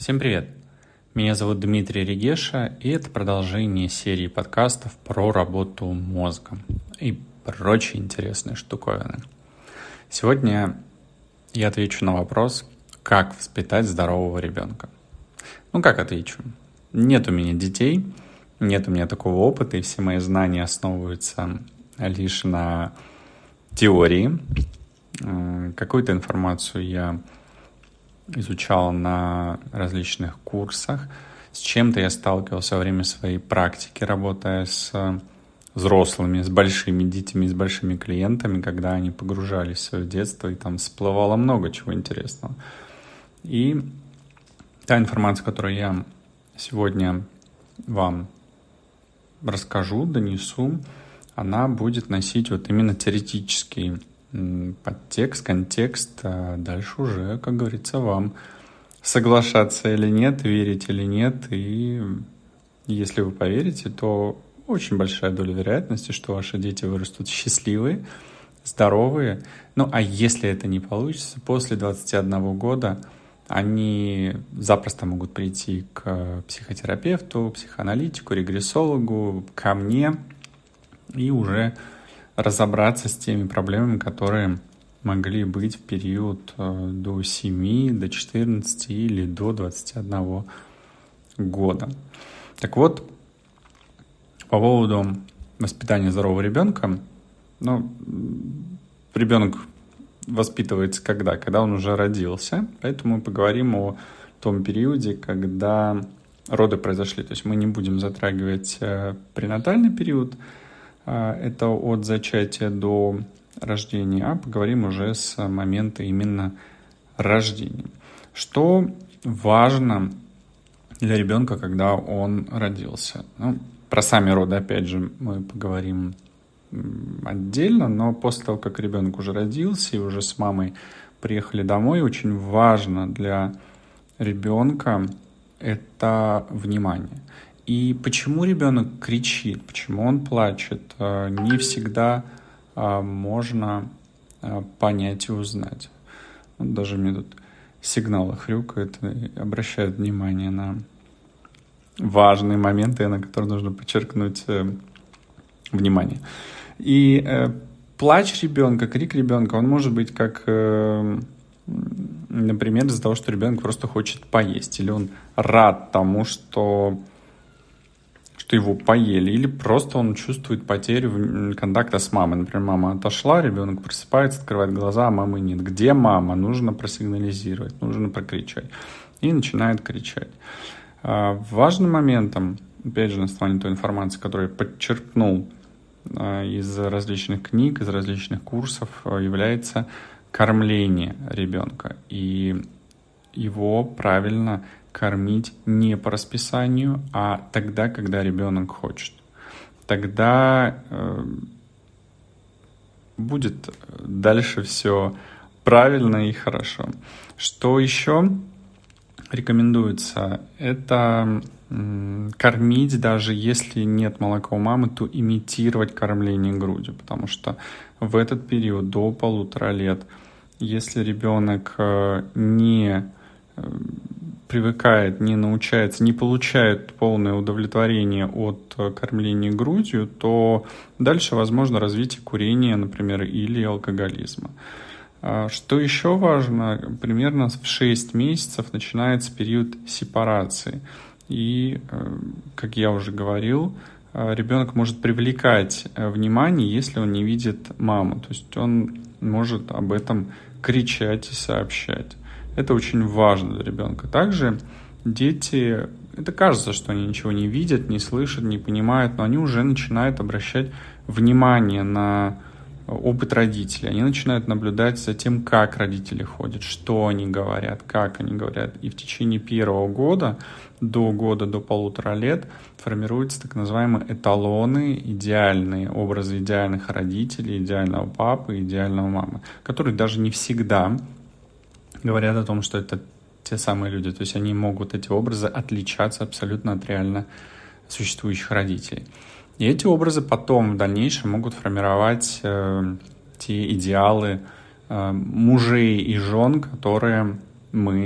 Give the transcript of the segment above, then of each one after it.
Всем привет! Меня зовут Дмитрий Регеша, и это продолжение серии подкастов про работу мозга и прочие интересные штуковины. Сегодня я отвечу на вопрос, как воспитать здорового ребенка. Как отвечу? Нет у меня детей, нет у меня такого опыта, и все мои знания основываются лишь на теории. Какую-то информацию я изучал на различных курсах. С чем-то я сталкивался во время своей практики, работая с взрослыми, с большими детьми, с большими клиентами, когда они погружались в свое детство, и там всплывало много чего интересного. И та информация, которую я сегодня вам расскажу, донесу, она будет носить вот именно теоретический подтекст, контекст, а дальше уже, как говорится, вам соглашаться или нет, верить или нет. И если вы поверите, то очень большая доля вероятности, что ваши дети вырастут счастливые, здоровые. А если это не получится, после 21 года они запросто могут прийти к психотерапевту, психоаналитику, регрессологу, ко мне и уже разобраться с теми проблемами, которые могли быть в период до 7, до 14 или до 21 года. Так вот, по поводу воспитания здорового ребенка, ребенок воспитывается когда? Когда он уже родился, поэтому мы поговорим о том периоде, когда роды произошли. То есть мы не будем затрагивать пренатальный период, это от зачатия до рождения, а поговорим уже с момента именно рождения. Что важно для ребенка, когда он родился? Про сами роды, опять же, мы поговорим отдельно, но после того, как ребенок уже родился и уже с мамой приехали домой, очень важно для ребенка это внимание. И почему ребенок кричит, почему он плачет, не всегда можно понять и узнать. Даже мне тут сигналы хрюкают и обращают внимание на важные моменты, на которые нужно подчеркнуть внимание. И плач ребенка, крик ребенка, он может быть как, например, из-за того, что ребенок просто хочет поесть, или он рад тому, что его поели, или просто он чувствует потерю контакта с мамой. Например, мама отошла, ребенок просыпается, открывает глаза, а мамы нет. Где мама? Нужно просигнализировать, нужно прокричать. И начинает кричать. Важным моментом, опять же, на основании той информации, которую я подчеркнул из различных книг, из различных курсов, является кормление ребенка. И его правильно кормить не по расписанию, а тогда, когда ребенок хочет. Тогда будет дальше все правильно и хорошо. Что еще рекомендуется? Это кормить, даже если нет молока у мамы, то имитировать кормление грудью, потому что в этот период до 1,5 лет, если ребенок не привыкает, не научается, не получает полное удовлетворение от кормления грудью, то дальше возможно развитие курения, например, или алкоголизма. Что еще важно, примерно в 6 месяцев начинается период сепарации. И, как я уже говорил, ребенок может привлекать внимание, если он не видит маму. То есть он может об этом кричать и сообщать. Это очень важно для ребенка. Также дети, это кажется, что они ничего не видят, не слышат, не понимают, но они уже начинают обращать внимание на опыт родителей. Они начинают наблюдать за тем, как родители ходят, что они говорят, как они говорят. И в течение первого года, до 1,5 лет, формируются так называемые эталоны, идеальные образы идеальных родителей, идеального папы, идеального мамы, которые даже не всегда говорят о том, что это те самые люди. То есть они могут, эти образы, отличаться абсолютно от реально существующих родителей. И эти образы потом в дальнейшем могут формировать те идеалы мужей и жен, которые мы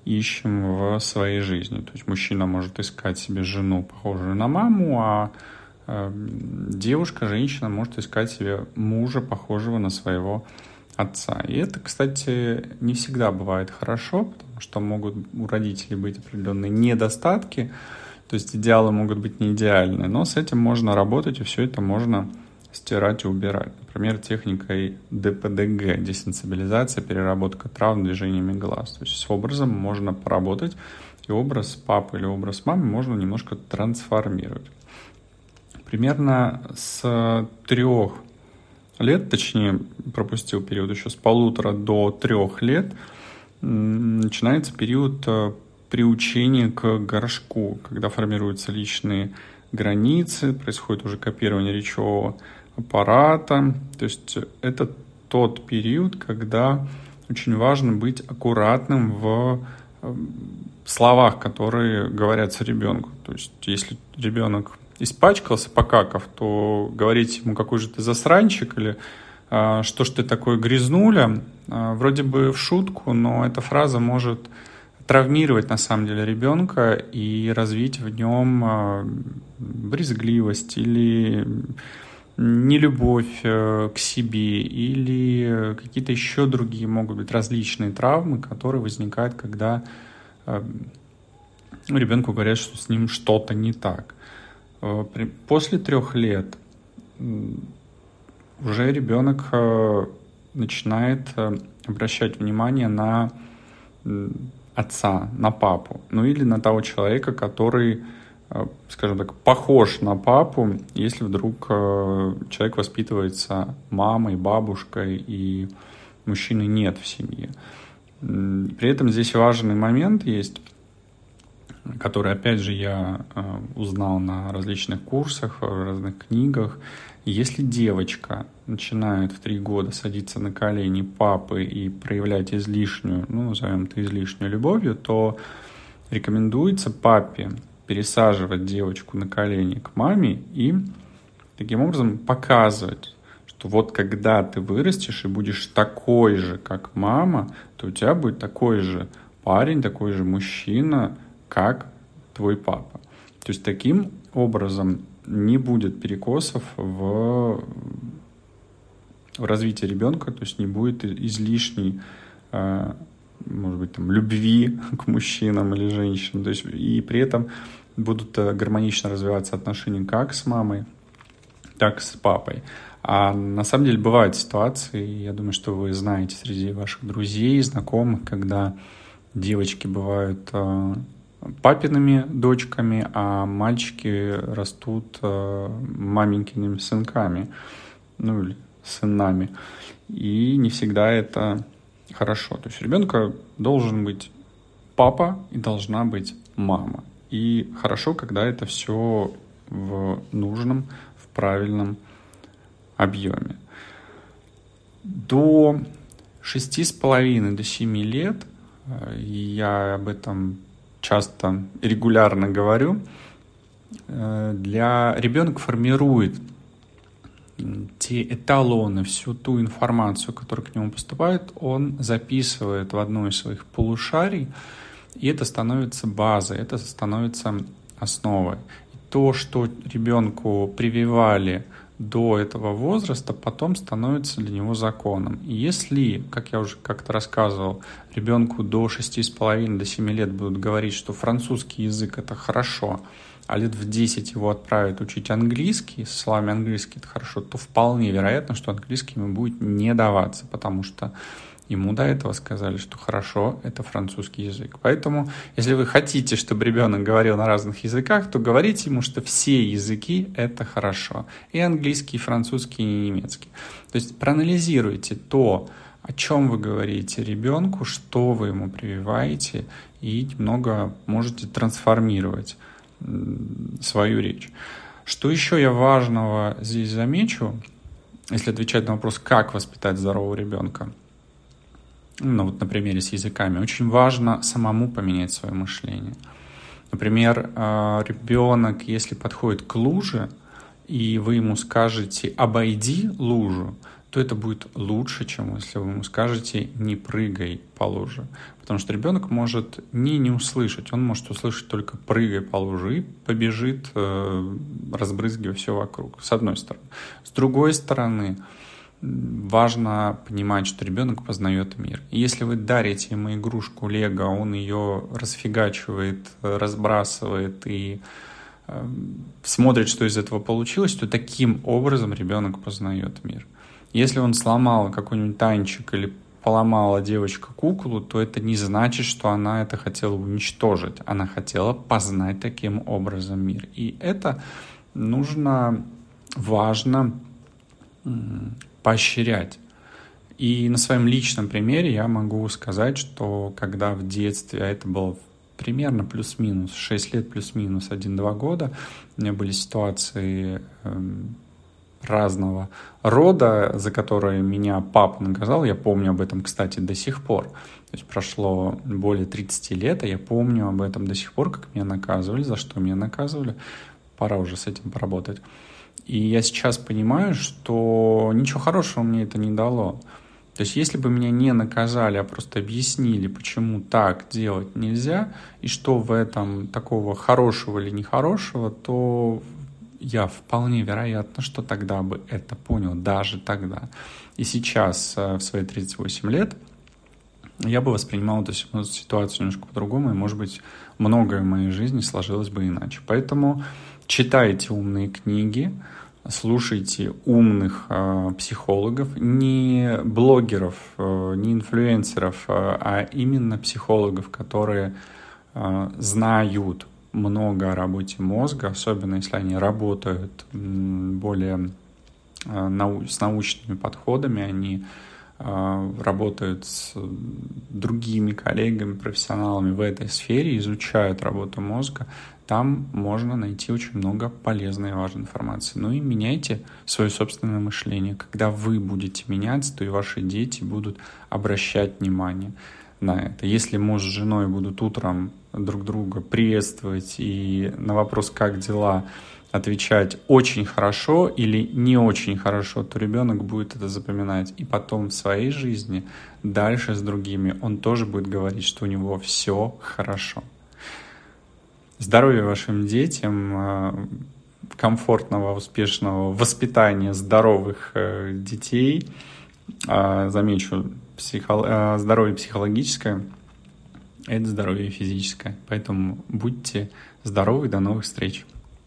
ищем в своей жизни. То есть мужчина может искать себе жену, похожую на маму, а девушка, женщина может искать себе мужа, похожего на своего отца. И это, кстати, не всегда бывает хорошо, потому что могут у родителей быть определенные недостатки, то есть идеалы могут быть не идеальны, но с этим можно работать, и все это можно стирать и убирать. Например, техникой ДПДГ, десенсибилизация, переработка травм движениями глаз. То есть с образом можно поработать, и образ папы или образ мамы можно немножко трансформировать. Примерно с 3 лет, точнее, пропустил период еще с 1,5 до 3 лет, начинается период приучения к горшку, когда формируются личные границы, происходит уже копирование речевого аппарата. То есть это тот период, когда очень важно быть аккуратным в словах, которые говорятся ребенку. То есть если ребенок испачкался, покакав, то говорить ему, какой же ты засранчик, или что ж ты такой грязнуля, вроде бы в шутку, но эта фраза может травмировать на самом деле ребенка и развить в нем брезгливость или нелюбовь к себе, или какие-то еще другие могут быть различные травмы, которые возникают, когда ребенку говорят, что с ним что-то не так. После 3 лет уже ребенок начинает обращать внимание на отца, на папу, ну или на того человека, который, скажем так, похож на папу, если вдруг человек воспитывается мамой, бабушкой и мужчины нет в семье. При этом здесь важный момент есть, который, опять же, я узнал на различных курсах, в разных книгах. Если девочка начинает в 3 года садиться на колени папы и проявлять излишнюю, назовем это излишнюю любовью, то рекомендуется папе пересаживать девочку на колени к маме и таким образом показывать, что вот когда ты вырастешь и будешь такой же, как мама, то у тебя будет такой же парень, такой же мужчина, как твой папа. То есть таким образом не будет перекосов в развитии ребенка, то есть не будет излишней, может быть, любви к мужчинам или женщинам. То есть и при этом будут гармонично развиваться отношения как с мамой, так и с папой. А на самом деле бывают ситуации, я думаю, что вы знаете среди ваших друзей, знакомых, когда девочки бывают папиными дочками, а мальчики растут маменькиными сынками, или сынами. И не всегда это хорошо. То есть у ребенка должен быть папа и должна быть мама. И хорошо, когда это все в нужном, в правильном объеме. До 6,5 до 7 лет, я об этом часто и регулярно говорю, ребенок формирует те эталоны, всю ту информацию, которая к нему поступает, он записывает в одно из своих полушарий, и это становится базой, это становится основой. И то, что ребенку прививали до этого возраста, потом становится для него законом. И если, как я уже как-то рассказывал, ребенку до 6,5 до 7 лет будут говорить, что французский язык — это хорошо, а лет в 10 его отправят учить английский, со словами английский — это хорошо, то вполне вероятно, что английский ему будет не даваться, потому что ему до этого сказали, что хорошо, это французский язык. Поэтому, если вы хотите, чтобы ребенок говорил на разных языках, то говорите ему, что все языки — это хорошо. И английский, и французский, и немецкий. То есть проанализируйте то, о чем вы говорите ребенку, что вы ему прививаете, и немного можете трансформировать свою речь. Что еще я важного здесь замечу, если отвечать на вопрос, как воспитать здорового ребенка? На примере с языками. Очень важно самому поменять свое мышление. Например, ребенок, если подходит к луже, и вы ему скажете «обойди лужу», то это будет лучше, чем если вы ему скажете «не прыгай по луже». Потому что ребенок может не услышать, он может услышать только «прыгай по луже» и побежит, разбрызгивая все вокруг, с одной стороны. С другой стороны, важно понимать, что ребенок познает мир. И если вы дарите ему игрушку Лего, он ее расфигачивает, разбрасывает и смотрит, что из этого получилось, то таким образом ребенок познает мир. Если он сломал какой-нибудь танчик или поломала девочка куклу, то это не значит, что она это хотела уничтожить. Она хотела познать таким образом мир. И это важно поощрять. И на своем личном примере я могу сказать, что когда в детстве, а это было примерно плюс-минус, 6 лет плюс-минус 1-2 года, у меня были ситуации разного рода, за которые меня папа наказал. Я помню об этом, кстати, до сих пор. То есть прошло более 30 лет, а я помню об этом до сих пор, как меня наказывали, за что меня наказывали. Пора уже с этим поработать. И я сейчас понимаю, что ничего хорошего мне это не дало. То есть если бы меня не наказали, а просто объяснили, почему так делать нельзя, и что в этом такого хорошего или нехорошего, то я вполне вероятно, что тогда бы это понял, даже тогда. И сейчас, в свои 38 лет, я бы воспринимал эту ситуацию немножко по-другому, и, может быть, многое в моей жизни сложилось бы иначе. Поэтому читайте умные книги, слушайте умных психологов, не блогеров, не инфлюенсеров, а именно психологов, которые знают много о работе мозга, особенно если они работают более с научными подходами, они работают с другими коллегами, профессионалами в этой сфере, изучают работу мозга. Там можно найти очень много полезной и важной информации. Ну и меняйте свое собственное мышление. Когда вы будете меняться, то и ваши дети будут обращать внимание на это. Если муж с женой будут утром друг друга приветствовать и на вопрос «как дела?» отвечать очень хорошо или не очень хорошо, то ребенок будет это запоминать. И потом в своей жизни, дальше с другими, он тоже будет говорить, что у него все хорошо. Здоровья вашим детям, комфортного, успешного воспитания здоровых детей. Замечу, здоровье психологическое – это здоровье физическое. Поэтому будьте здоровы, до новых встреч.